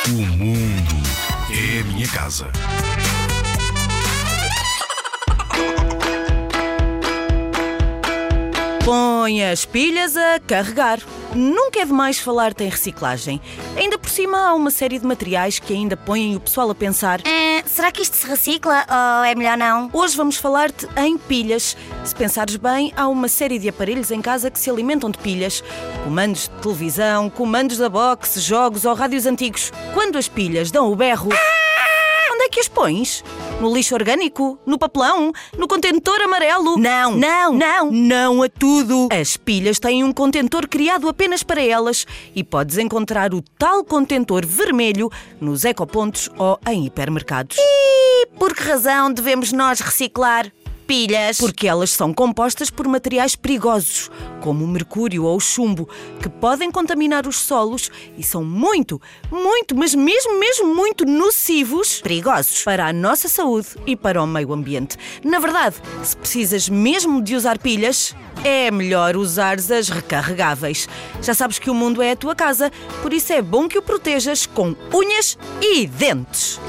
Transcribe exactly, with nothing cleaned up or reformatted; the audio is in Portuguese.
O mundo é a minha casa. Põe as pilhas a carregar. Nunca é demais falar-te em reciclagem. Ainda por cima há uma série de materiais que ainda põem o pessoal a pensar: Ah, será que isto se recicla ou é melhor não? hoje vamos falar-te em pilhas. Se pensares bem, há uma série de aparelhos em casa que se alimentam de pilhas. Comandos de televisão, comandos da box, jogos ou rádios antigos. Quando as pilhas dão o berro, onde é que as pões? No lixo orgânico? No papelão? No contentor amarelo? Não, não, não, não a tudo. As pilhas têm um contentor criado apenas para elas e podes encontrar o tal contentor vermelho nos ecopontos ou em hipermercados. E por que razão devemos nós reciclar pilhas? Porque elas são compostas por materiais perigosos, como o mercúrio ou o chumbo, que podem contaminar os solos e são muito, muito, mas mesmo, mesmo muito nocivos, perigosos para a nossa saúde e para o meio ambiente. Na verdade, se precisas mesmo de usar pilhas, é melhor usares as recarregáveis. Já sabes que o mundo é a tua casa, por isso é bom que o protejas com unhas e dentes.